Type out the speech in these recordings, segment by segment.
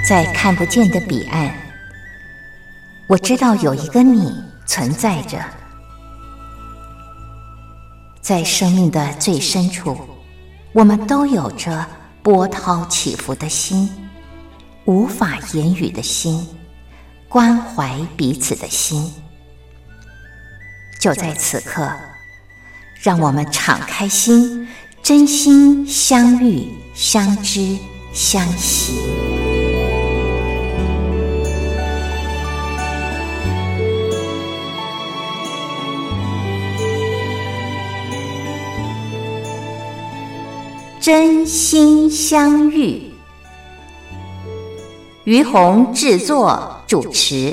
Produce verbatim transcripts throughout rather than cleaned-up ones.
在看不见的彼岸，我知道有一个你存在着。在生命的最深处，我们都有着波涛起伏的心，无法言语的心，关怀彼此的心。就在此刻，让我们敞开心，真心相遇、相知、相惜。真心相遇，于红制作主持。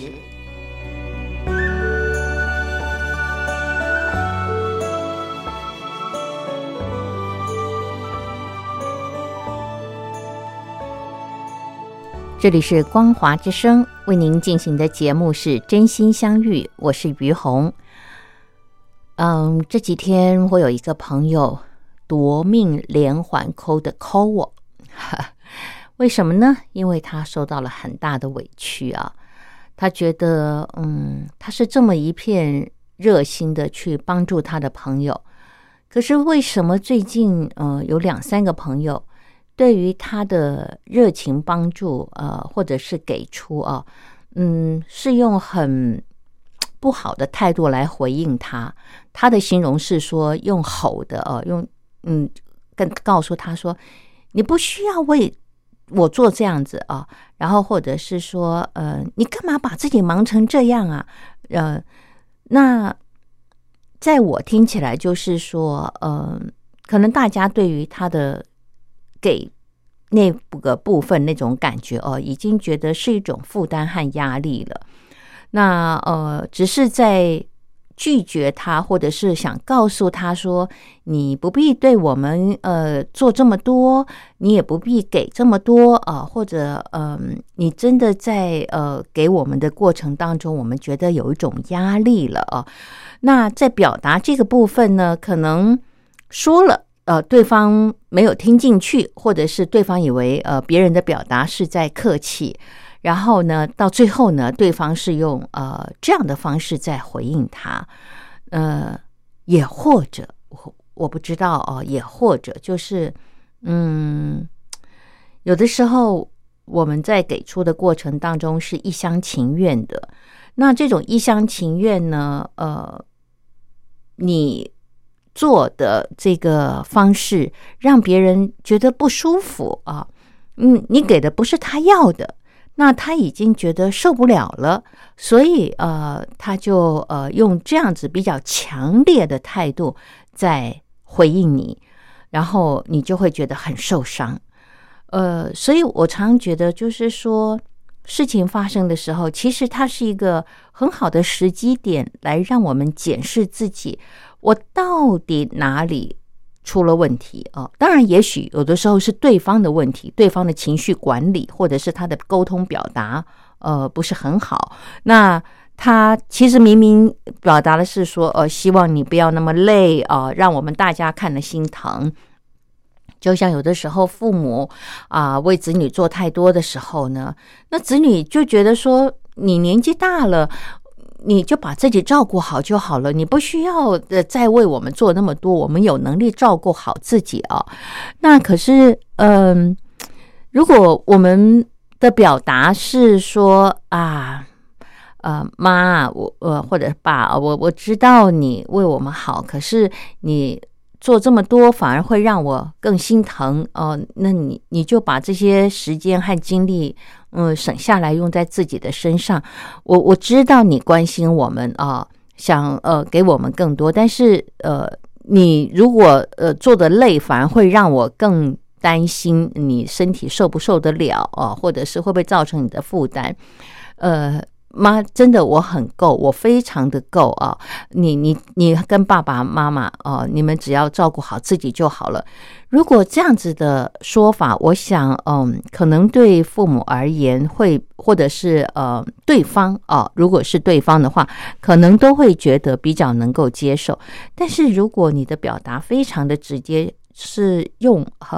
这里是光华之声，为您进行的节目是真心相遇，我是于红。嗯，这几天我有一个朋友夺命连环扣的扣我，为什么呢？因为他受到了很大的委屈啊。他觉得，嗯，他是这么一片热心的去帮助他的朋友，可是为什么最近，呃，有两三个朋友对于他的热情帮助，呃，或者是给出啊，嗯，是用很不好的态度来回应他。他的形容是说，用吼的，呃，用嗯，跟告诉他说，你不需要为我做这样子啊，然后或者是说，呃，你干嘛把自己忙成这样啊？呃，那在我听起来就是说，呃，可能大家对于他的给那个部分那种感觉哦，已经觉得是一种负担和压力了。那呃，只是在拒绝他，或者是想告诉他说，你不必对我们呃做这么多，你也不必给这么多啊、呃，或者嗯、呃，你真的在呃给我们的过程当中，我们觉得有一种压力了啊。那在表达这个部分呢，可能说了。呃，对方没有听进去，或者是对方以为呃别人的表达是在客气，然后呢，到最后呢，对方是用呃这样的方式在回应他，呃，也或者我我不知道哦，也或者就是嗯，有的时候我们在给出的过程当中是一厢情愿的，那这种一厢情愿呢，呃，你做的这个方式让别人觉得不舒服啊，嗯，你给的不是他要的，那他已经觉得受不了了，所以呃，他就呃用这样子比较强烈的态度在回应你，然后你就会觉得很受伤，呃，所以我常觉得就是说，事情发生的时候，其实它是一个很好的时机点，来让我们检视自己。我到底哪里出了问题啊？当然，也许有的时候是对方的问题，对方的情绪管理，或者是他的沟通表达，呃，不是很好。那他其实明明表达的是说，呃，希望你不要那么累啊、呃，让我们大家看了心疼。就像有的时候父母啊、呃、为子女做太多的时候呢，那子女就觉得说，你年纪大了。你就把自己照顾好就好了，你不需要再为我们做那么多，我们有能力照顾好自己啊。那可是，嗯，如果我们的表达是说啊，呃，妈，我呃或者爸，我我知道你为我们好，可是你做这么多反而会让我更心疼哦、呃。那你你就把这些时间和精力。嗯，省下来用在自己的身上。我我知道你关心我们啊，想呃给我们更多，但是呃，你如果呃做的累，反而会让我更担心你身体受不受得了啊，或者是会不会造成你的负担。呃，妈，真的我很够，我非常的够啊！你你你跟爸爸妈妈啊，你们只要照顾好自己就好了。如果这样子的说法，我想，嗯，可能对父母而言会，或者是呃对方啊，如果是对方的话，可能都会觉得比较能够接受。但是如果你的表达非常的直接，是用呃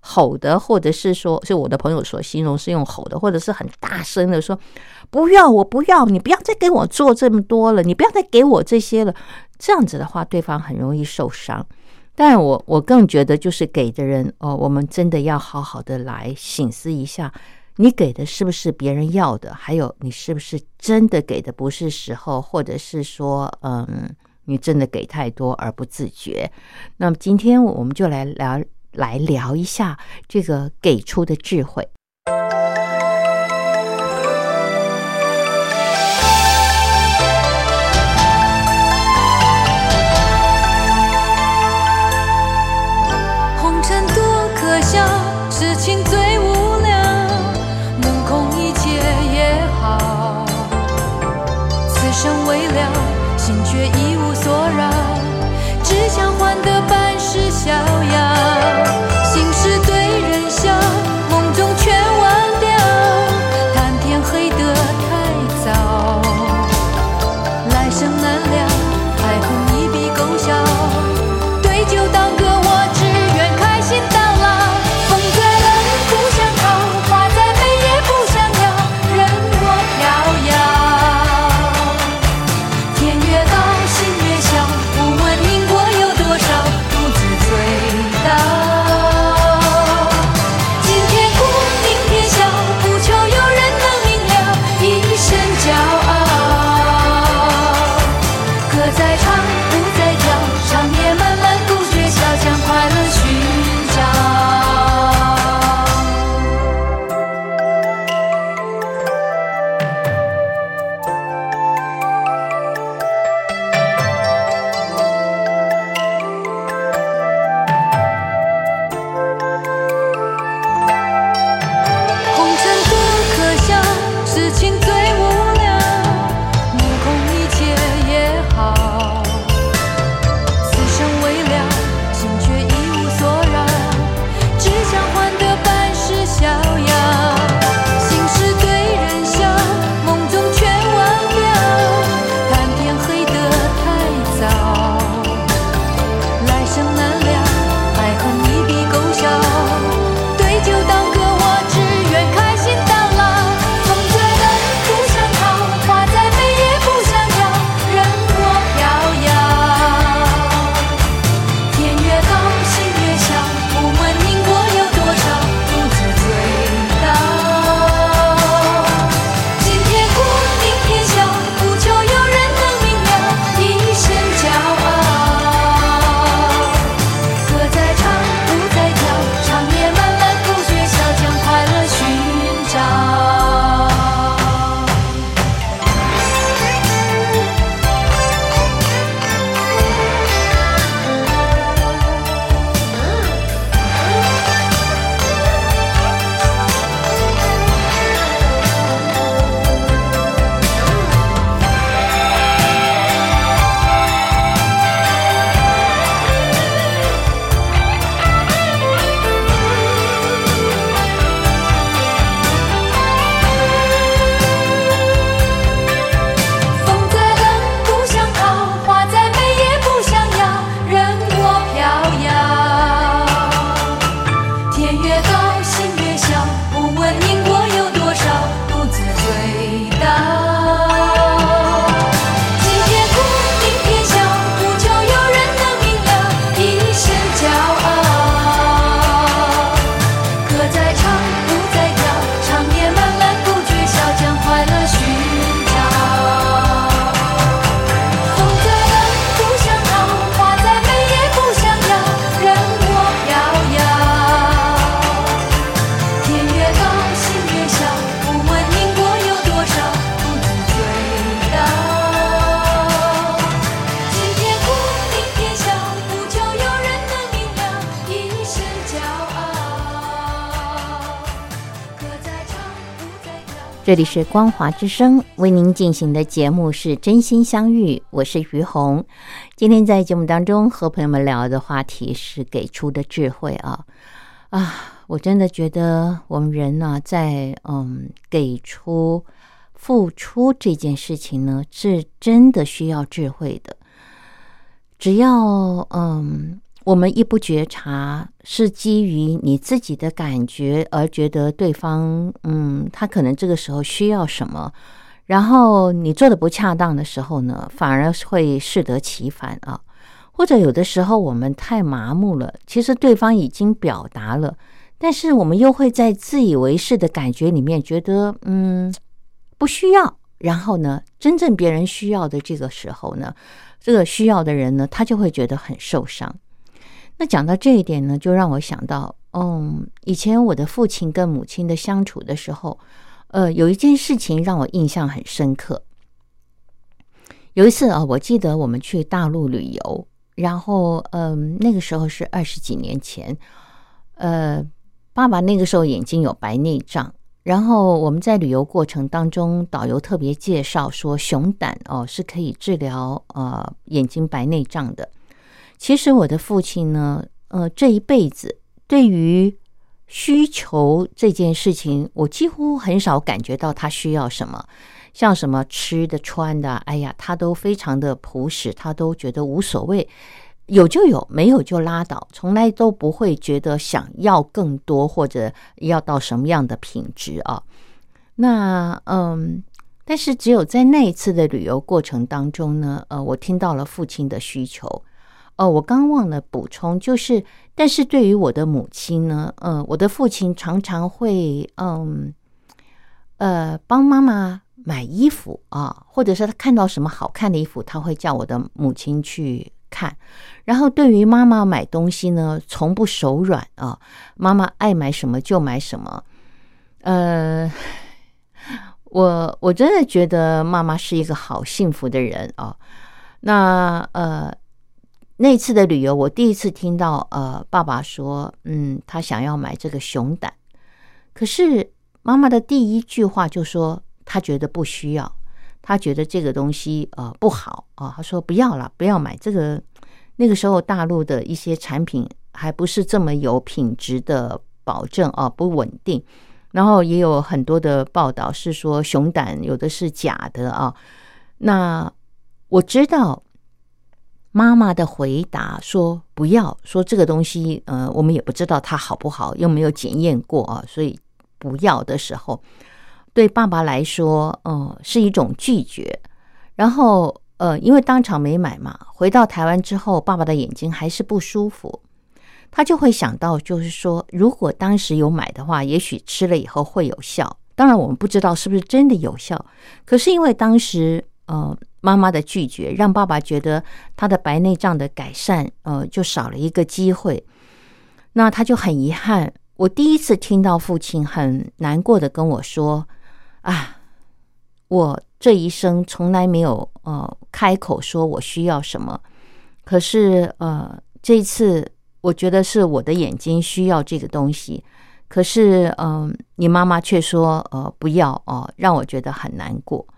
吼的，或者是说是我的朋友所形容是用吼的，或者是很大声的说不要，我不要，你不要再给我做这么多了，你不要再给我这些了，这样子的话对方很容易受伤。当然我我更觉得就是给的人哦，我们真的要好好的来省思一下，你给的是不是别人要的，还有你是不是真的给的不是时候，或者是说嗯，你真的给太多而不自觉。那么今天我们就来聊来聊一下这个给出的智慧。 红尘多可笑，痴情最无聊，目空一切也好，此生未了，心却一无所扰，只想换得半世逍遥，心事对人笑，梦中全忘掉，谈天黑得太早，来生难料，爱恨一笔勾销，对酒当歌，我只愿开心到老。风再冷不想逃，花再美也不想要，任我飘摇，天越高心越小，不问因果有多少，独自醉倒。今天哭明天笑，不求有人能明了，一身骄傲。歌在唱舞在跳，长夜漫漫不觉晓，将快乐寻找。红尘多可笑，痴情最无聊，目空一切也好，此生未了，心却一无所扰，只想换得半世逍遥，心事对人笑，梦中全忘掉，谈天黑得太早，来生难料，爱恨一笔勾销，对酒当歌，我只愿开心到老。风再冷不想逃，花再美也不想要，任我飘摇，天越高心越小，不问因果有多少，独自醉倒。今天哭明天笑，不求有人能明了，一身骄傲。歌在唱舞在跳，长夜漫漫不觉晓，将快乐寻找。风再冷不想逃，花再美也不想要，任我飘摇，天越高心越小，不问因果有多少，独自醉倒。今天哭明天笑，不求有人能明了，一身骄傲。歌在唱舞在跳，长夜漫漫不觉晓，将快乐寻找。风再冷不想逃，花再美也不想要，任我飘摇，天越高心越小，不问因果有多少，独自醉倒。今天哭明天笑，不求有人能明了，一身骄傲。歌在唱舞在跳。 这里是光华之声，为您进行的节目是真心相遇，我是于红。今天在节目当中和朋友们聊的话题是给出的智慧啊啊！我真的觉得我们人呢、在嗯给出付出这件事情呢，是真的需要智慧的。只要嗯我们一不觉察，是基于你自己的感觉而觉得对方，嗯，他可能这个时候需要什么，然后你做的不恰当的时候呢，反而会适得其反啊。或者有的时候我们太麻木了，其实对方已经表达了，但是我们又会在自以为是的感觉里面觉得，嗯，不需要。然后呢，真正别人需要的这个时候呢，这个需要的人呢，他就会觉得很受伤。那讲到这一点呢，就让我想到，嗯，以前我的父亲跟母亲的相处的时候，呃，有一件事情让我印象很深刻。有一次啊，我记得我们去大陆旅游，然后，嗯，那个时候是二十几年前，呃，爸爸那个时候眼睛有白内障。然后我们在旅游过程当中，导游特别介绍说，熊胆哦是可以治疗呃眼睛白内障的。其实我的父亲呢，呃这一辈子对于需求这件事情，我几乎很少感觉到他需要什么，像什么吃的穿的，哎呀，他都非常的朴实，他都觉得无所谓。有就有，没有就拉倒，从来都不会觉得想要更多或者要到什么样的品质啊。那嗯，但是只有在那一次的旅游过程当中呢，呃，我听到了父亲的需求。呃，我刚忘了补充，就是，但是对于我的母亲呢，呃，我的父亲常常会嗯，呃，帮妈妈买衣服啊，或者是他看到什么好看的衣服，他会叫我的母亲去看。然后对于妈妈买东西呢，从不手软啊，妈妈爱买什么就买什么。呃，我我真的觉得妈妈是一个好幸福的人啊。那呃那次的旅游，我第一次听到呃爸爸说，嗯，他想要买这个熊胆，可是妈妈的第一句话就说他觉得不需要，他觉得这个东西呃不好啊，他说不要了，不要买这个。那个时候大陆的一些产品还不是这么有品质的保证啊，不稳定。然后也有很多的报道是说熊胆有的是假的啊。那我知道妈妈的回答说不要，说这个东西呃我们也不知道它好不好，又没有检验过啊，所以不要的时候，对爸爸来说呃是一种拒绝。然后呃，因为当场没买嘛，回到台湾之后，爸爸的眼睛还是不舒服，他就会想到，就是说，如果当时有买的话，也许吃了以后会有效。当然，我们不知道是不是真的有效，可是因为当时呃妈妈的拒绝，让爸爸觉得他的白内障的改善，呃，就少了一个机会，那他就很遗憾。我第一次听到父亲很难过的跟我说：“啊，我这一生从来没有呃开口说我需要什么，可是呃这一次我觉得是我的眼睛需要这个东西，可是嗯、呃、你妈妈却说呃不要哦、呃，让我觉得很难过。”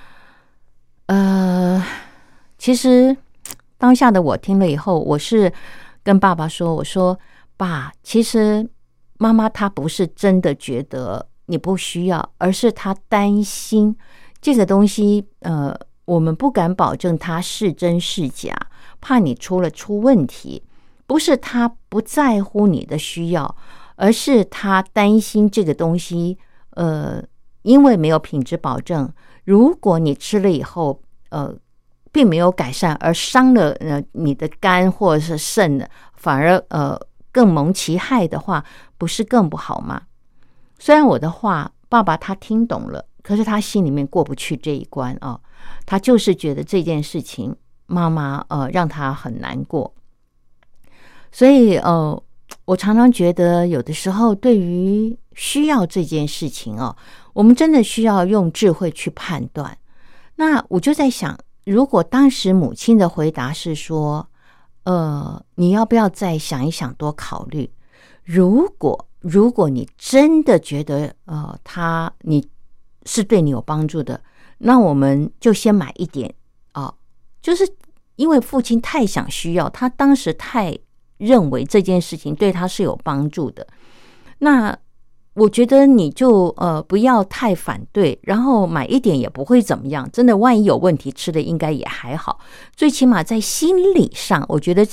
呃，其实当下的我听了以后，我是跟爸爸说，我说爸，其实妈妈她不是真的觉得你不需要，而是她担心这个东西，呃，我们不敢保证它是真是假，怕你出了出问题。不是他不在乎你的需要，而是他担心这个东西，呃，因为没有品质保证，如果你吃了以后，呃，并没有改善，而伤了呃你的肝或者是肾，反而呃更蒙其害的话，不是更不好吗？虽然我的话，爸爸他听懂了，可是他心里面过不去这一关啊，他就是觉得这件事情，妈妈呃让他很难过。所以呃，我常常觉得有的时候对于需要这件事情哦，我们真的需要用智慧去判断。那我就在想，如果当时母亲的回答是说，呃，你要不要再想一想，多考虑？如果如果你真的觉得呃，他你是对你有帮助的，那我们就先买一点啊、哦。就是因为父亲太想需要，他当时太认为这件事情对他是有帮助的，那我觉得你就呃不要太反对，然后买一点也不会怎么样，真的万一有问题吃的应该也还好，最起码在心理上我觉得这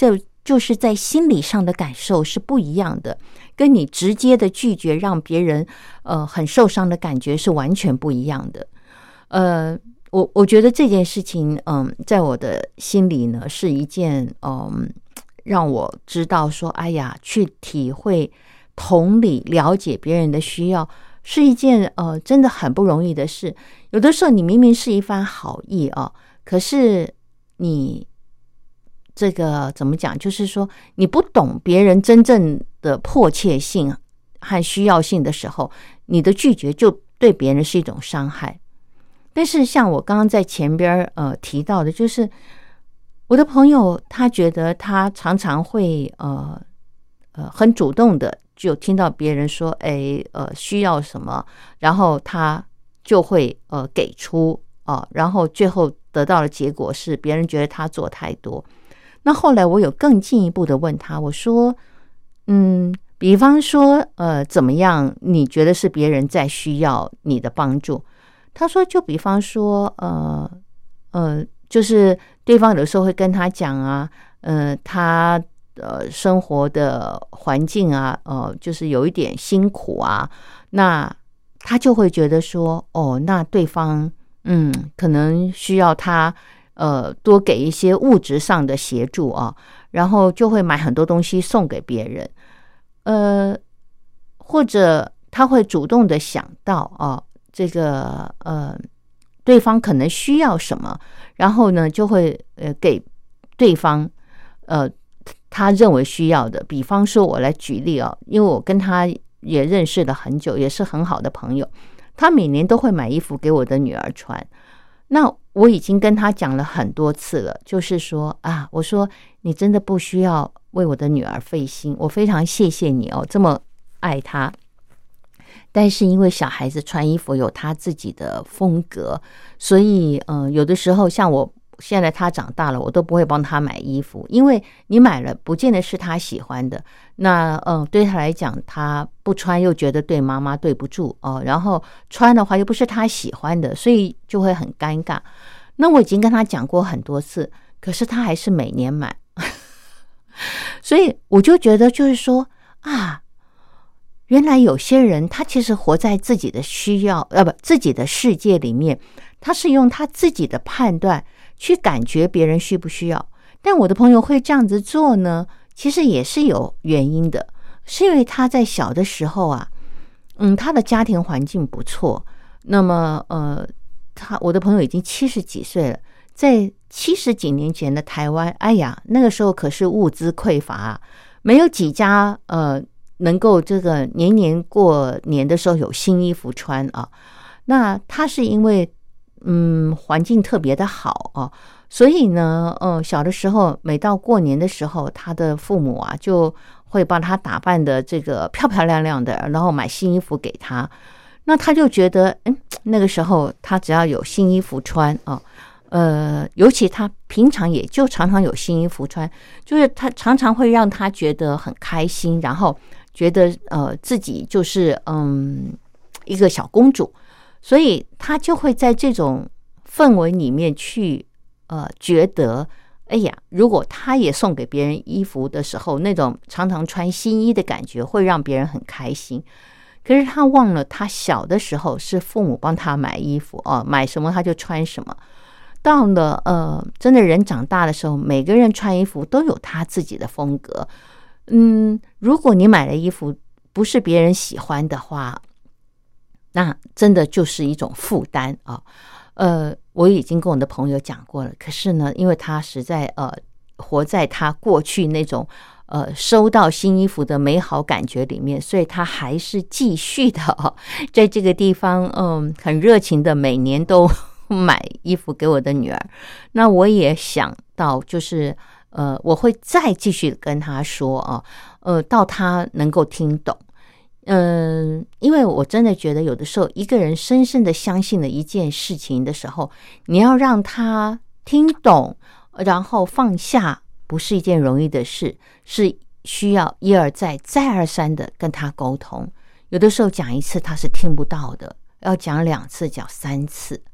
就是在心理上的感受是不一样的，跟你直接的拒绝让别人呃很受伤的感觉是完全不一样的。呃，我我觉得这件事情，嗯，在我的心里呢，是一件嗯让我知道说，哎呀，去体会、同理、了解别人的需要，是一件呃真的很不容易的事。有的时候你明明是一番好意啊，可是你这个怎么讲？就是说你不懂别人真正的迫切性和需要性的时候，你的拒绝就对别人是一种伤害。但是像我刚刚在前边呃提到的，就是我的朋友他觉得他常常会呃呃很主动的就听到别人说哎呃需要什么，然后他就会呃给出啊、呃，然后最后得到的结果是别人觉得他做太多。那后来我有更进一步的问他，我说嗯比方说呃怎么样你觉得是别人在需要你的帮助？他说就比方说呃呃就是对方有时候会跟他讲啊，呃他呃生活的环境啊呃就是有一点辛苦啊，那他就会觉得说哦那对方嗯可能需要他呃多给一些物质上的协助啊，然后就会买很多东西送给别人，呃或者他会主动的想到啊这个呃，对方可能需要什么，然后呢，就会呃给对方呃他认为需要的。比方说，我来举例啊，因为我跟他也认识了很久，也是很好的朋友。他每年都会买衣服给我的女儿穿。那我已经跟他讲了很多次了，就是说啊，我说你真的不需要为我的女儿费心，我非常谢谢你哦，这么爱她。但是因为小孩子穿衣服有他自己的风格，所以嗯、呃，有的时候像我现在他长大了，我都不会帮他买衣服，因为你买了不见得是他喜欢的，那嗯、呃，对他来讲他不穿又觉得对妈妈对不住哦，然后穿的话又不是他喜欢的，所以就会很尴尬。那我已经跟他讲过很多次，可是他还是每年买所以我就觉得就是说啊，原来有些人他其实活在自己的需要呃不自己的世界里面，他是用他自己的判断去感觉别人需不需要。但我的朋友会这样子做呢，其实也是有原因的，是因为他在小的时候啊，嗯，他的家庭环境不错。那么呃，他我的朋友已经七十几岁了，在七十几年前的台湾，哎呀，那个时候可是物资匮乏啊，没有几家呃。能够这个年年过年的时候有新衣服穿啊，那他是因为嗯环境特别的好啊，所以呢呃小的时候每到过年的时候，他的父母啊就会把他打扮的这个漂漂亮亮的，然后买新衣服给他。那他就觉得嗯那个时候他只要有新衣服穿啊，呃尤其他平常也就常常有新衣服穿，就是他常常会让他觉得很开心，然后觉得呃自己就是嗯一个小公主，所以他就会在这种氛围里面去呃觉得，哎呀，如果他也送给别人衣服的时候，那种常常穿新衣的感觉会让别人很开心。可是他忘了，他小的时候是父母帮他买衣服哦，买什么他就穿什么。到了呃真的人长大的时候，每个人穿衣服都有他自己的风格。嗯，如果你买的衣服不是别人喜欢的话，那真的就是一种负担啊。呃，我已经跟我的朋友讲过了，可是呢，因为他实在呃活在他过去那种呃收到新衣服的美好感觉里面，所以他还是继续的啊，在这个地方嗯很热情的每年都买衣服给我的女儿。那我也想到就是呃，我会再继续跟他说啊，呃，到他能够听懂。嗯、呃，因为我真的觉得有的时候一个人深深的相信了一件事情的时候，你要让他听懂，然后放下，不是一件容易的事，是需要一而再、再而三的跟他沟通。有的时候讲一次他是听不到的，要讲两次、讲三次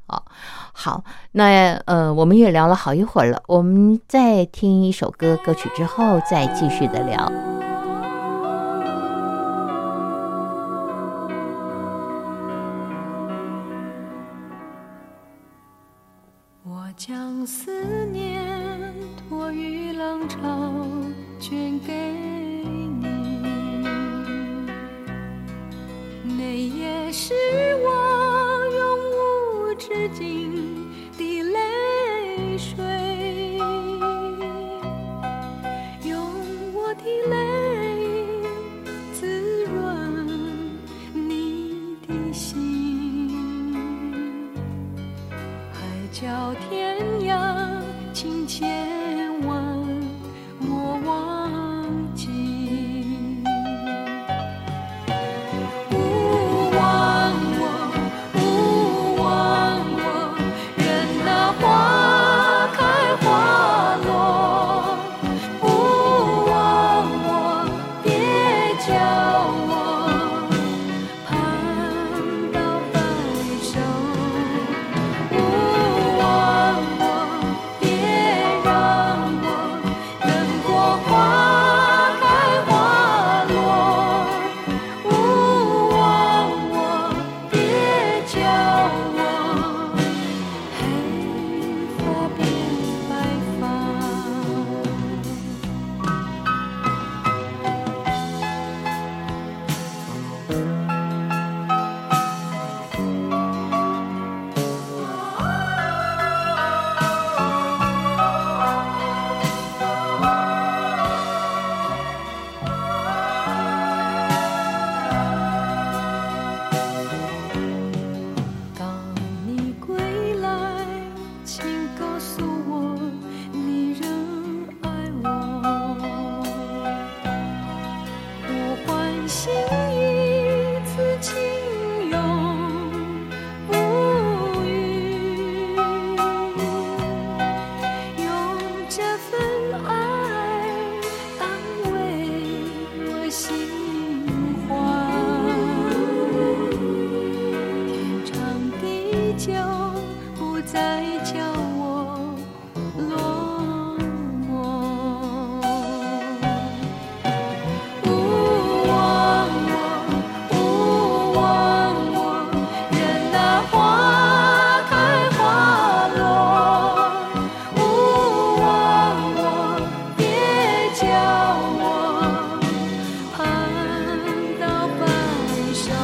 哦，好，那呃，我们也聊了好一会儿了，我们再听一首歌歌曲之后，再继续的聊。 我将思念托于浪潮，捐给你，那也是我永无止境的泪水，用我的泪滋润你的心，海角天涯情千万莫忘记，勿忘我，勿忘我，任那花开花落，勿忘我，别叫我盼到白首，勿忘我，别让我等过花开花落，勿忘我，别叫我黑发变白发。当你归来，请告诉我你仍爱我，我欢欣一次情永不渝，用这份爱安慰我心怀，天长地久不再叫我落寞，勿忘我，勿忘我，任那花开花落，勿忘我，别叫我盼到白首，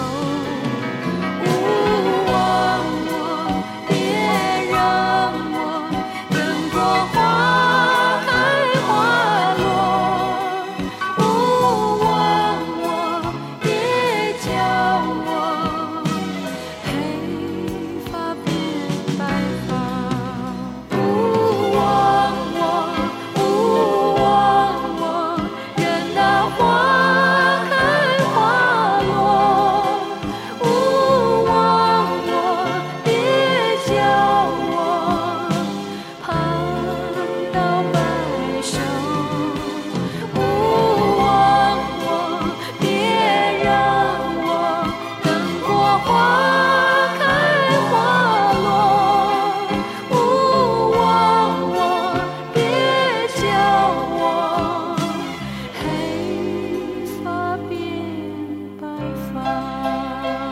勿忘我，别让我等过花开花落，勿忘我，别叫我黑发变白发，勿忘我，勿忘我，任那花开花落，勿忘我，别叫我盼到白首，勿忘我，别让我等过花开花落，勿忘我，别叫我黑发变白发。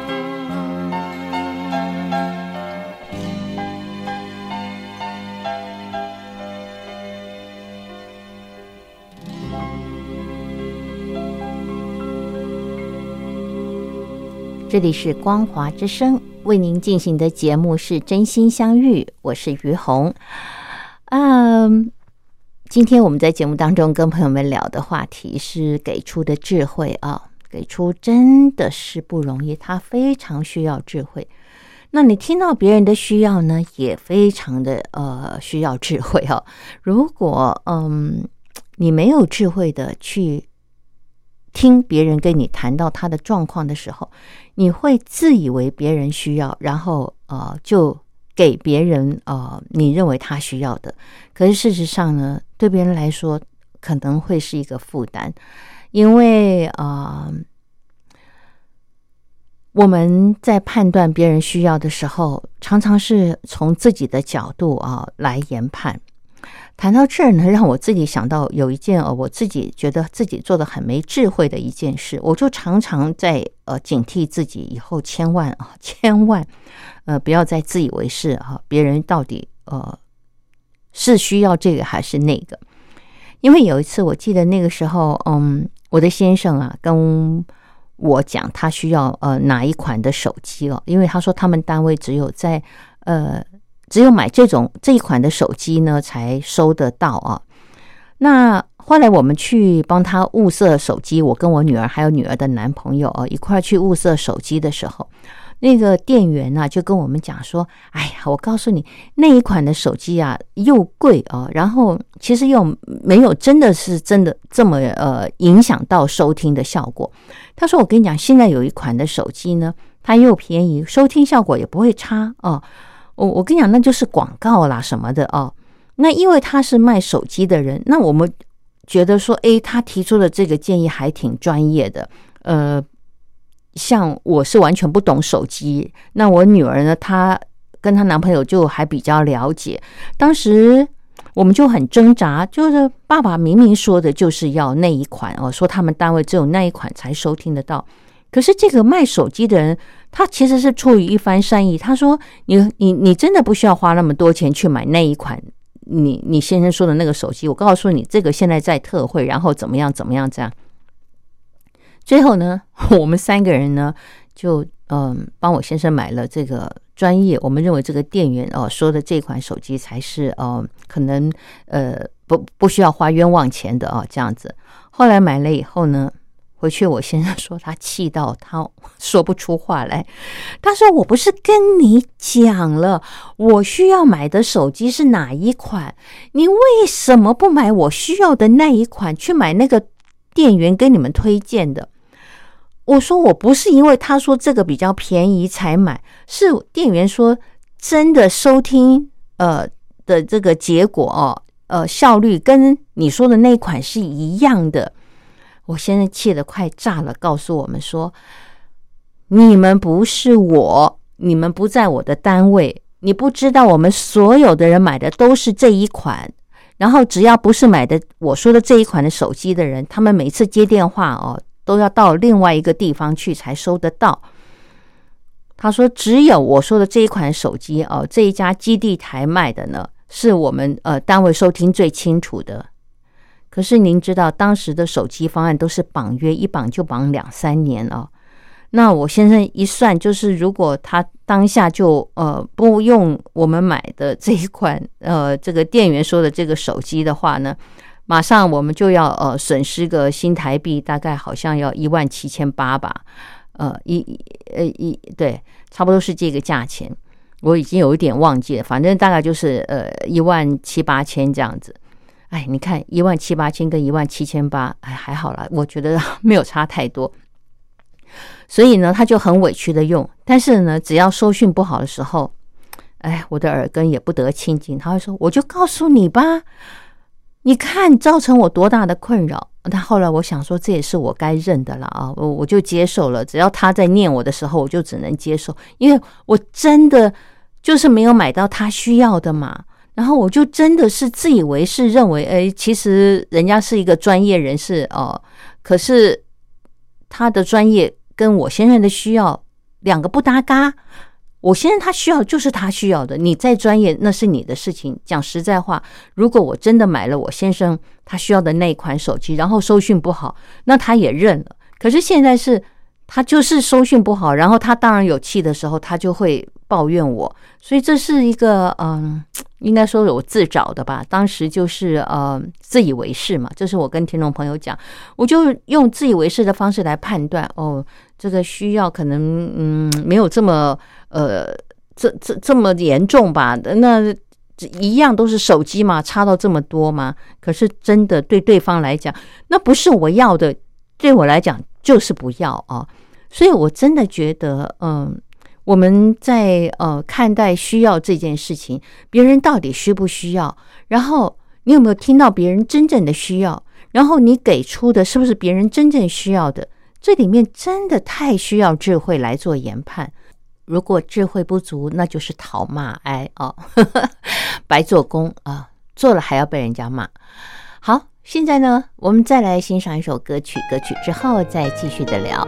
这里是光华之声，为您进行的节目是真心相遇，我是于红。嗯，今天我们在节目当中跟朋友们聊的话题是给出的智慧啊，给出真的是不容易，他非常需要智慧。那你听到别人的需要呢，也非常的呃需要智慧哦。如果嗯你没有智慧的去听别人跟你谈到他的状况的时候，你会自以为别人需要，然后呃就给别人呃你认为他需要的，可是事实上呢，对别人来说可能会是一个负担，因为呃我们在判断别人需要的时候，常常是从自己的角度啊来研判。谈到这儿呢，让我自己想到有一件呃，我自己觉得自己做的很没智慧的一件事，我就常常在呃警惕自己，以后千万啊，千万呃不要再自以为是啊，别人到底呃是需要这个还是那个？因为有一次我记得那个时候，嗯，我的先生啊跟我讲他需要呃哪一款的手机哦，因为他说他们单位只有在呃只有买这种这一款的手机呢才收得到啊。那后来我们去帮他物色手机，我跟我女儿还有女儿的男朋友哦一块去物色手机的时候，那个店员啊就跟我们讲说，哎呀，我告诉你那一款的手机啊又贵啊，然后其实又没有真的是真的这么呃影响到收听的效果。他说我跟你讲，现在有一款的手机呢，它又便宜，收听效果也不会差哦。我我跟你讲，那就是广告啦什么的哦。那因为他是卖手机的人，那我们觉得说，诶，他提出的这个建议还挺专业的。呃，像我是完全不懂手机，那我女儿呢，她跟她男朋友就还比较了解。当时我们就很挣扎，就是爸爸明明说的就是要那一款哦，说他们单位只有那一款才收听得到。可是这个卖手机的人，他其实是出于一番善意，他说你你你真的不需要花那么多钱去买那一款你你先生说的那个手机，我告诉你这个现在在特惠，然后怎么样怎么样这样。最后呢，我们三个人呢就嗯帮我先生买了这个专业，我们认为这个店员哦说的这款手机才是呃可能呃不不需要花冤枉钱的哦这样子。后来买了以后呢，回去我先生说他气到他说不出话来，他说我不是跟你讲了我需要买的手机是哪一款，你为什么不买我需要的那一款，去买那个店员跟你们推荐的？我说我不是因为他说这个比较便宜才买，是店员说真的收听呃的这个结果哦，呃效率跟你说的那一款是一样的。我现在气得快炸了，告诉我们说，你们不是我，你们不在我的单位，你不知道我们所有的人买的都是这一款，然后只要不是买的我说的这一款的手机的人，他们每次接电话哦都要到另外一个地方去才收得到。他说只有我说的这一款手机哦，这一家基地台卖的呢，是我们呃单位收听最清楚的。可是您知道当时的手机方案都是绑约，一绑就绑两三年哦。那我先生一算，就是如果他当下就呃不用我们买的这一款呃这个店员说的这个手机的话呢，马上我们就要呃损失个新台币大概好像要一万七千八吧，呃一呃一对，差不多是这个价钱，我已经有一点忘记了，反正大概就是呃一万七八千这样子。哎，你看一万七八千跟一万七千八，哎，还好啦，我觉得没有差太多。所以呢，他就很委屈的用，但是呢，只要收讯不好的时候，哎，我的耳根也不得清净。他会说：“我就告诉你吧，你看造成我多大的困扰。”但后来我想说，这也是我该认的了啊，我我就接受了。只要他在念我的时候，我就只能接受，因为我真的就是没有买到他需要的嘛。然后我就真的是自以为是，认为哎，其实人家是一个专业人士哦，可是他的专业跟我先生的需要两个不搭嘎。我先生他需要就是他需要的，你再专业那是你的事情。讲实在话，如果我真的买了我先生他需要的那一款手机，然后收讯不好，那他也认了。可是现在是他就是收讯不好，然后他当然有气的时候，他就会抱怨我。所以这是一个嗯，应该说我自找的吧。当时就是呃自以为是嘛，这是我跟听众朋友讲，我就用自以为是的方式来判断哦，这个需要可能嗯没有这么呃这这这么严重吧？那一样都是手机嘛，差到这么多吗？可是真的对对方来讲，那不是我要的，对我来讲就是不要啊。所以我真的觉得嗯。我们在呃看待需要这件事情，别人到底需不需要，然后你有没有听到别人真正的需要，然后你给出的是不是别人真正需要的， 这里面真的太需要智慧来做研判。如果智慧不足，那就是讨骂哀哦，白做工啊，做了还要被人家骂。好，现在呢，我们再来欣赏一首歌曲，歌曲之后再继续的聊。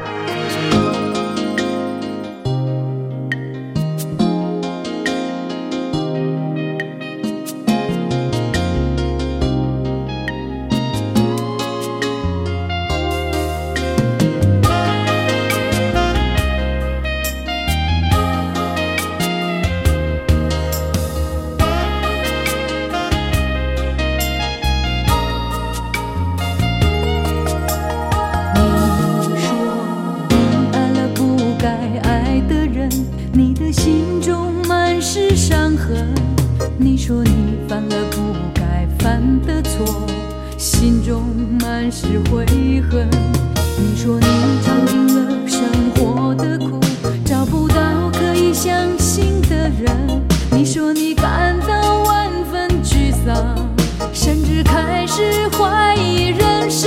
你说你犯了不该犯的错，心中满是悔恨。你说你尝尽了生活的苦，找不到可以相信的人。你说你感到万分沮丧，甚至开始怀疑人生。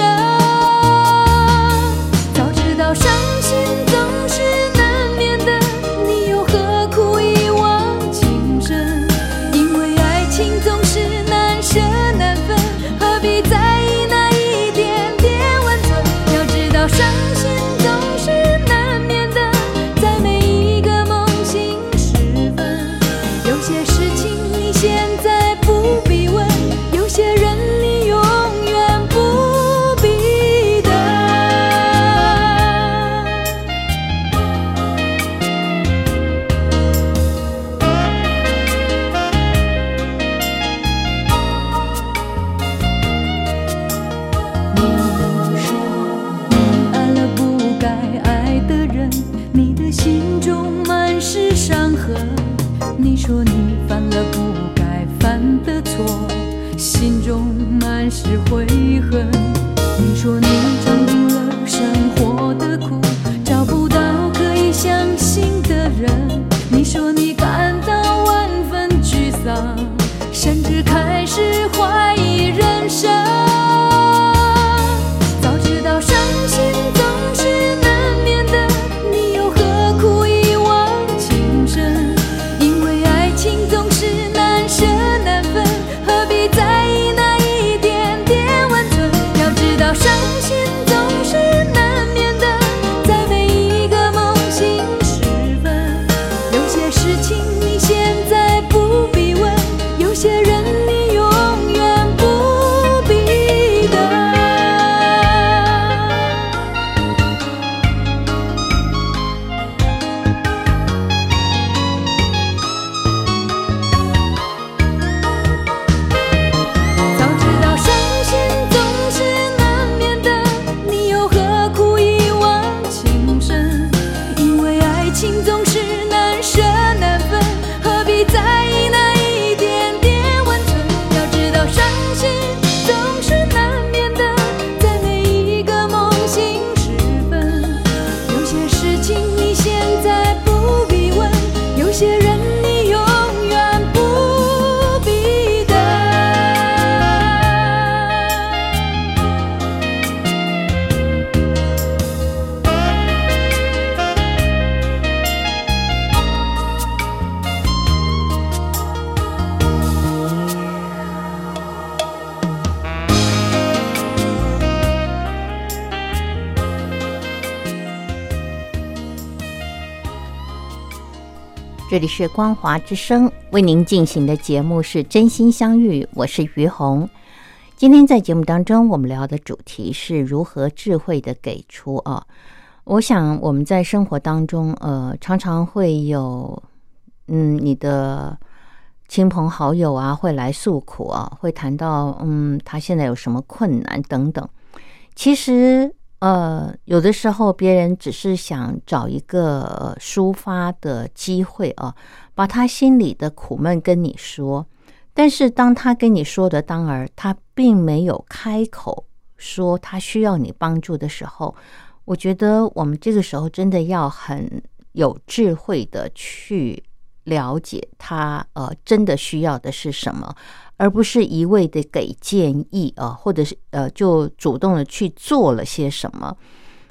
早知道伤心总是难免的，你又何苦一往情深？因为爱情总是难舍难分，何必在意那一点点温存？要知道伤心总是难免的，在每一个梦醒时分。有些事情你现在不必问，有些人你永远不必等。你说你爱了不该爱的人，你的心中满是伤痕。你说你犯了不该犯的错，心中满是悔恨。你说你尝尽了生活的苦，找不到可以相信的人。你说你感到万分沮丧，甚至开始怀疑人生。早知道伤心总是难免的，你又何苦一往情深？因为爱情总是难舍难分，何必在意那一点点温存？要知道伤心总是难免的，在每一个梦醒时分。有些事情你现在不必问，有些人你永远不必等。早知道伤心总是难免的，你又何苦一往情深？因为爱情总是难舍难分，何必在意那一点点温存？要知道伤心总是难免的，在每一个梦醒时分。有些事情你现在不必问，有些人你永远不必等。 这里是光华之声，为您进行的节目是真心相遇，我是于红。今天在节目当中，我们聊的主题是如何智慧的给出啊。我想我们在生活当中，呃，常常会有，嗯，你的亲朋好友啊，会来诉苦啊，会谈到，嗯，他现在有什么困难等等。其实，呃，有的时候别人只是想找一个、呃、抒发的机会啊，把他心里的苦闷跟你说。但是当他跟你说的当儿，他并没有开口说他需要你帮助的时候，我觉得我们这个时候真的要很有智慧的去了解他呃真的需要的是什么，而不是一味的给建议啊、呃，或者是呃就主动的去做了些什么。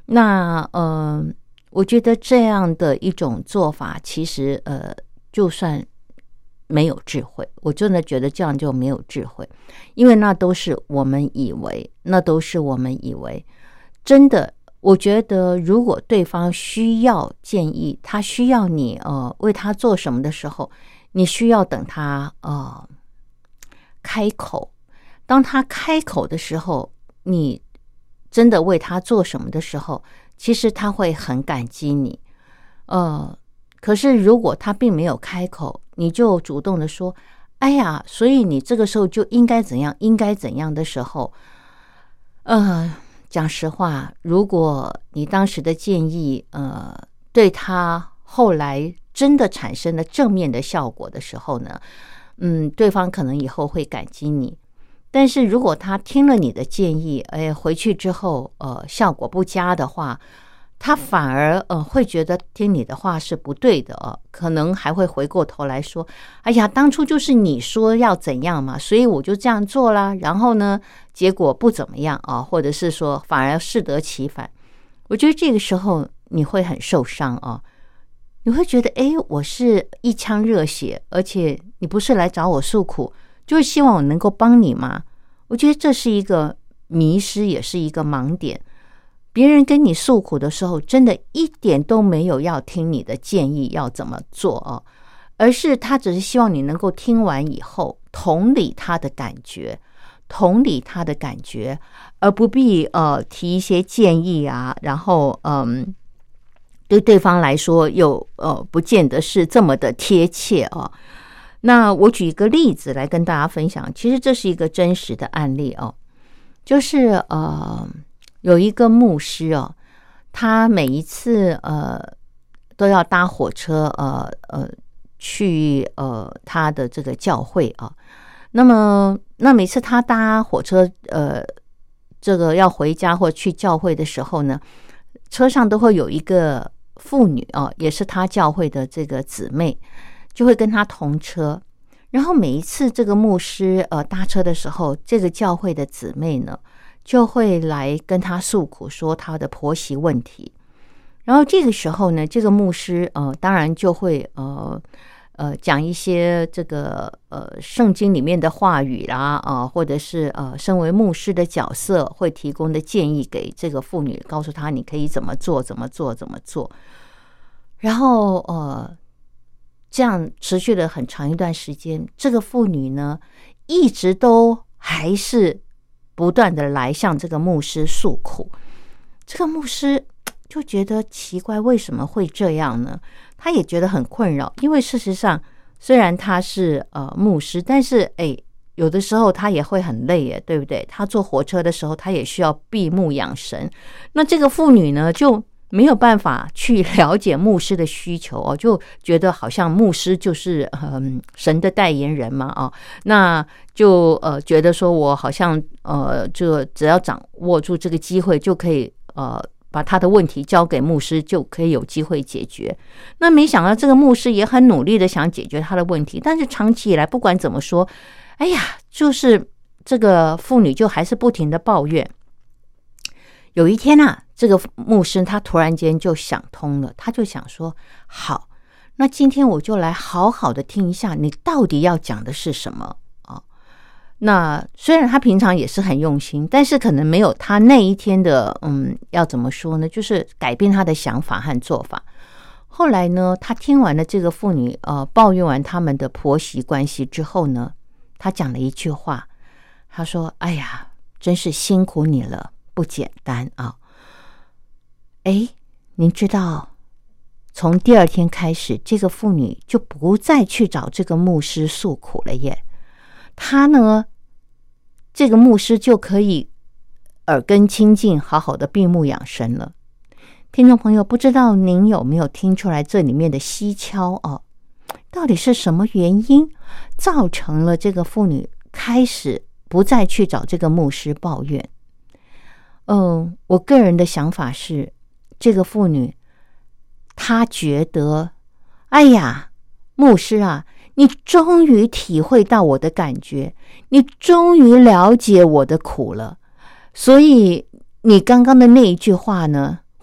那呃，我觉得这样的一种做法，其实呃，就算没有智慧，我真的觉得这样就没有智慧，因为那都是我们以为，那都是我们以为，真的。我觉得，如果对方需要建议，他需要你呃为他做什么的时候，你需要等他呃开口。当他开口的时候，你真的为他做什么的时候，其实他会很感激你。呃，可是如果他并没有开口，你就主动的说：“哎呀，所以你这个时候就应该怎样，应该怎样的时候，呃。”讲实话，如果你当时的建议呃对他后来真的产生了正面的效果的时候呢，嗯，对方可能以后会感激你。但是如果他听了你的建议，哎，回去之后呃效果不佳的话，他反而呃会觉得听你的话是不对的哦，可能还会回过头来说：“哎呀，当初就是你说要怎样嘛，所以我就这样做啦。然后呢，结果不怎么样啊，或者是说反而适得其反。”我觉得这个时候你会很受伤啊，你会觉得：“哎，我是一腔热血，而且你不是来找我诉苦，就是希望我能够帮你嘛。”我觉得这是一个迷失，也是一个盲点。别人跟你诉苦的时候，真的一点都没有要听你的建议要怎么做哦，而是他只是希望你能够听完以后同理他的感觉，同理他的感觉，而不必呃提一些建议啊，然后嗯，对对方来说又呃不见得是这么的贴切哦。那我举一个例子来跟大家分享，其实这是一个真实的案例哦，就是呃。有一个牧师哦，他每一次呃都要搭火车呃呃去呃他的这个教会啊。那么那每次他搭火车呃这个要回家或去教会的时候呢，车上都会有一个妇女啊，也是他教会的这个姊妹，就会跟他同车。然后每一次这个牧师呃搭车的时候，这个教会的姊妹呢，就会来跟他诉苦，说他的婆媳问题。然后这个时候呢，这个牧师呃，当然就会呃呃讲一些这个呃圣经里面的话语啦啊、呃，或者是呃身为牧师的角色会提供的建议给这个妇女，告诉她你可以怎么做，怎么做，怎么做。然后呃，这样持续了很长一段时间，这个妇女呢，一直都还是不断的来向这个牧师诉苦。这个牧师就觉得奇怪，为什么会这样呢？他也觉得很困扰，因为事实上虽然他是呃牧师，但是哎，有的时候他也会很累耶，对不对？他坐火车的时候，他也需要闭目养神。那这个妇女呢，就没有办法去了解牧师的需求哦，就觉得好像牧师就是嗯神的代言人嘛哦，那就呃觉得说我好像呃这只要掌握住这个机会就可以呃把他的问题交给牧师，就可以有机会解决。那没想到这个牧师也很努力的想解决他的问题，但是长期以来不管怎么说，哎呀，就是这个妇女就还是不停的抱怨。有一天啊，这个牧师他突然间就想通了，他就想说，好，那今天我就来好好的听一下你到底要讲的是什么啊？那虽然他平常也是很用心，但是可能没有他那一天的嗯，要怎么说呢，就是改变他的想法和做法。后来呢，他听完了这个妇女呃抱怨完他们的婆媳关系之后呢，他讲了一句话，他说，哎呀，真是辛苦你了，不简单啊！哎，您知道，从第二天开始，这个妇女就不再去找这个牧师诉苦了耶。她呢，这个牧师就可以耳根清净，好好的闭目养神了。听众朋友，不知道您有没有听出来这里面的蹊跷哦？到底是什么原因造成了这个妇女开始不再去找这个牧师抱怨？嗯，我个人的想法是，这个妇女她觉得，哎呀，牧师啊，你终于体会到我的感觉，你终于了解我的苦了，所以你刚刚的那一句话呢，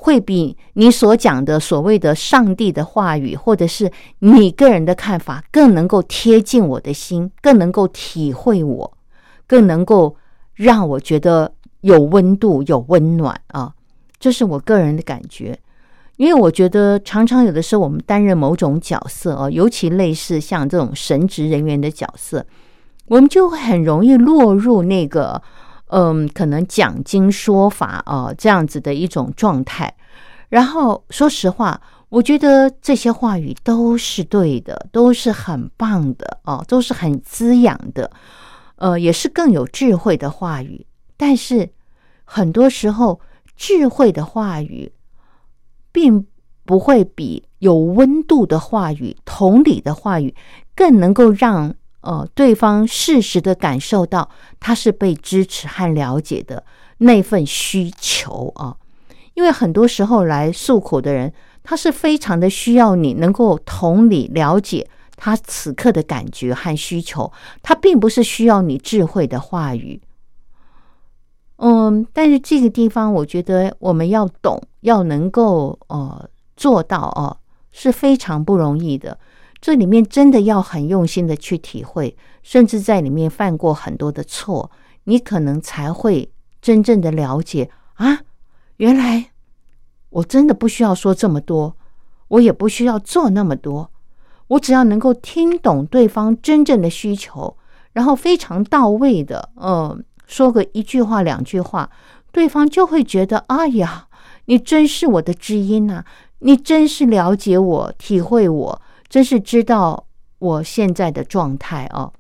会比你所讲的所谓的上帝的话语，或者是你个人的看法，更能够贴近我的心，更能够体会我，更能够让我觉得有温度、有温暖啊！这是我个人的感觉。因为我觉得常常有的时候我们担任某种角色啊，尤其类似像这种神职人员的角色，我们就很容易落入那个嗯，可能讲经说法啊这样子的一种状态。然后说实话，我觉得这些话语都是对的，都是很棒的哦，都是很滋养的，呃，也是更有智慧的话语。但是很多时候，智慧的话语并不会比有温度的话语、同理的话语更能够让呃，对方适时的感受到他是被支持和了解的那份需求啊。因为很多时候来诉苦的人，他是非常的需要你能够同理了解他此刻的感觉和需求，他并不是需要你智慧的话语。嗯，但是这个地方我觉得我们要懂，要能够呃做到哦、啊，是非常不容易的。这里面真的要很用心的去体会，甚至在里面犯过很多的错，你可能才会真正的了解啊，原来我真的不需要说这么多，我也不需要做那么多，我只要能够听懂对方真正的需求，然后非常到位的呃，说个一句话两句话，对方就会觉得哎呀，你真是我的知音啊，你真是了解我，体会我，真是知道我现在的状态哦。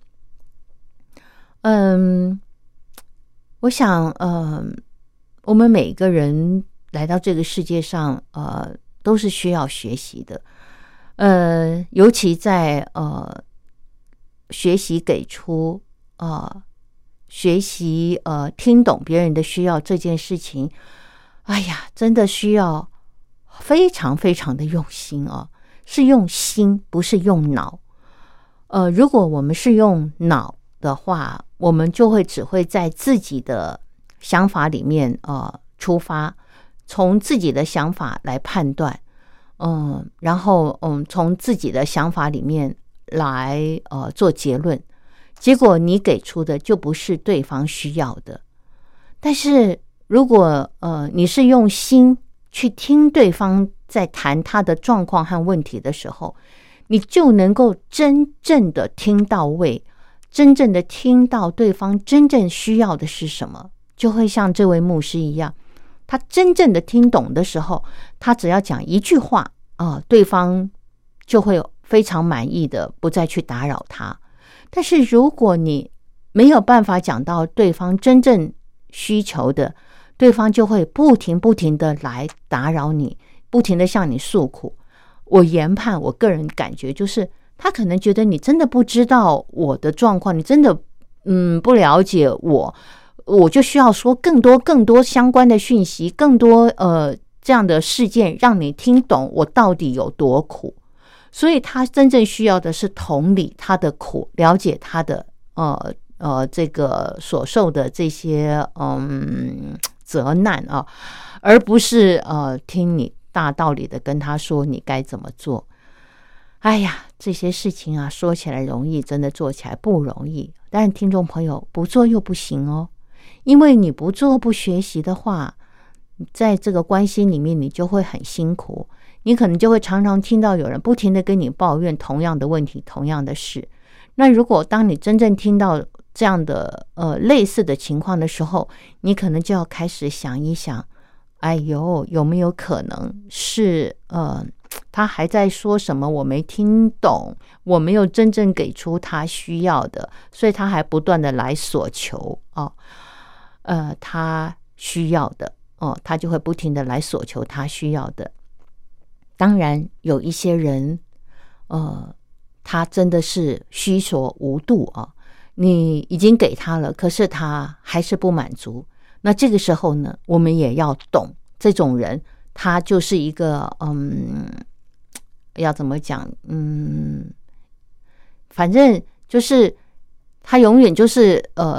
嗯，我想，嗯，我们每个人来到这个世界上，呃，都是需要学习的。呃，尤其在呃学习给出，呃，学习呃听懂别人的需要这件事情，哎呀，真的需要非常非常的用心哦。是用心，不是用脑。呃，如果我们是用脑的话，我们就会只会在自己的想法里面呃出发，从自己的想法来判断，嗯，然后嗯从自己的想法里面来呃做结论，结果你给出的就不是对方需要的。但是如果呃你是用心去听对方在谈他的状况和问题的时候，你就能够真正的听到位，真正的听到对方真正需要的是什么。就会像这位牧师一样，他真正的听懂的时候，他只要讲一句话啊、呃，对方就会非常满意的不再去打扰他。但是如果你没有办法讲到对方真正需求的，对方就会不停不停的来打扰你，不停的向你诉苦。我研判，我个人感觉就是他可能觉得你真的不知道我的状况，你真的嗯不了解我，我就需要说更多更多相关的讯息，更多呃这样的事件，让你听懂我到底有多苦。所以他真正需要的是同理他的苦，了解他的呃呃这个所受的这些嗯责难啊，而不是呃听你大道理的跟他说你该怎么做。哎呀，这些事情啊，说起来容易，真的做起来不容易。但是听众朋友，不做又不行哦，因为你不做不学习的话，在这个关系里面你就会很辛苦，你可能就会常常听到有人不停的跟你抱怨同样的问题，同样的事。那如果当你真正听到这样的呃类似的情况的时候，你可能就要开始想一想，哎呦，有没有可能是呃他还在说什么我没听懂，我没有真正给出他需要的，所以他还不断的来索求哦，呃他需要的哦，他就会不停的来索求他需要的。当然有一些人呃他真的是需所无度啊，你已经给他了，可是他还是不满足。那这个时候呢，我们也要懂这种人，他就是一个嗯，要怎么讲？嗯，反正就是他永远就是呃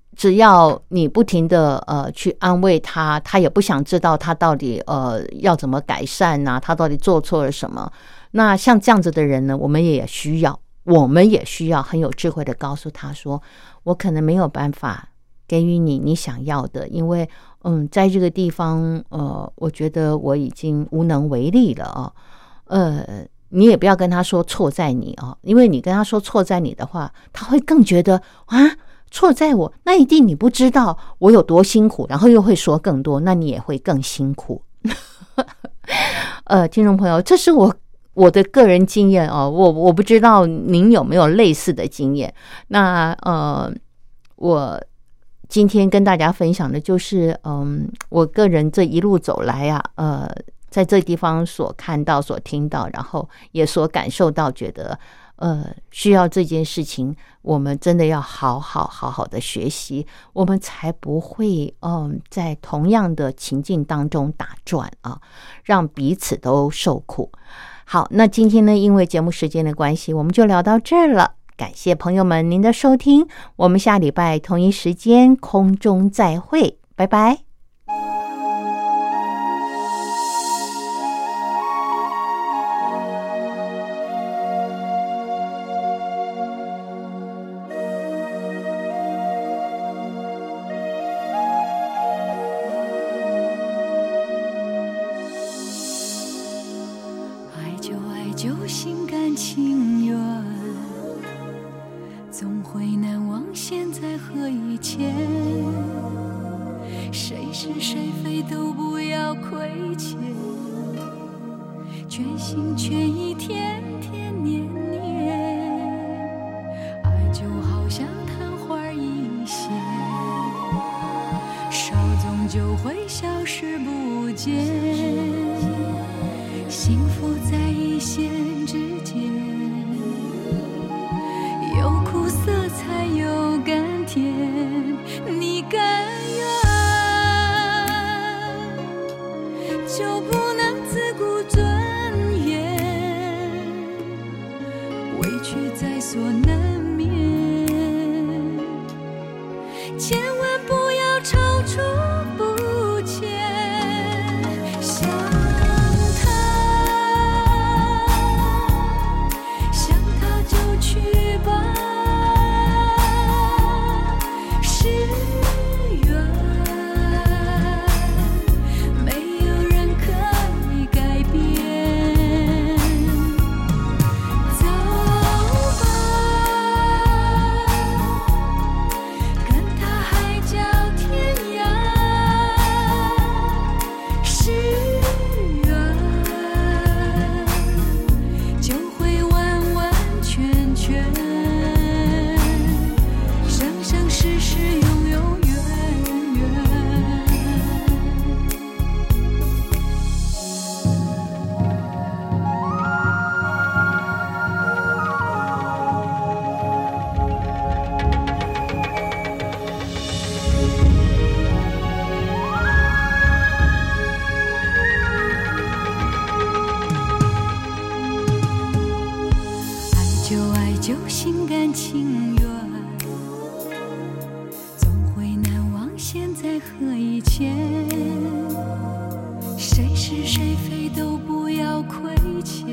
只要你不停的呃去安慰他，他也不想知道他到底呃要怎么改善啊，他到底做错了什么。那像这样子的人呢，我们也需要我们也需要很有智慧的告诉他说，我可能没有办法给予你你想要的，因为嗯在这个地方呃我觉得我已经无能为力了啊。呃你也不要跟他说错在你啊，因为你跟他说错在你的话，他会更觉得啊错在我，那一定你不知道我有多辛苦，然后又会说更多，那你也会更辛苦。呃，听众朋友，这是我我的个人经验哦，我我不知道您有没有类似的经验。那呃，我今天跟大家分享的就是，嗯，我个人这一路走来啊，呃。在这地方所看到所听到，然后也所感受到，觉得呃需要这件事情我们真的要好好好好的学习，我们才不会嗯、呃、在同样的情境当中打转啊，让彼此都受苦。好，那今天呢，因为节目时间的关系，我们就聊到这儿了，感谢朋友们您的收听，我们下礼拜同一时间空中再会，拜拜。 就心甘情愿，总会难忘现在和以前。谁是谁非都不要亏欠，全心全意天天年年。爱就好像昙花一现，稍纵就会消失不见。幸福在一线之间，有苦涩才有甘甜，你甘愿就不能自顾尊严，委屈在所难免，千万不要踌躇不前。就心甘情愿，总会难忘现在和以前。谁是谁非都不要亏欠，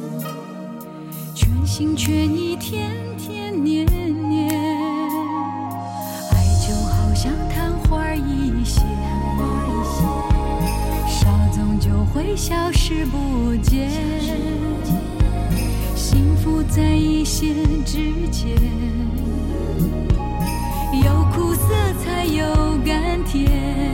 全心全意天天年年。爱就好像昙花一现，稍纵就会消失不见。幸福在一线之间，有苦涩才有甘甜。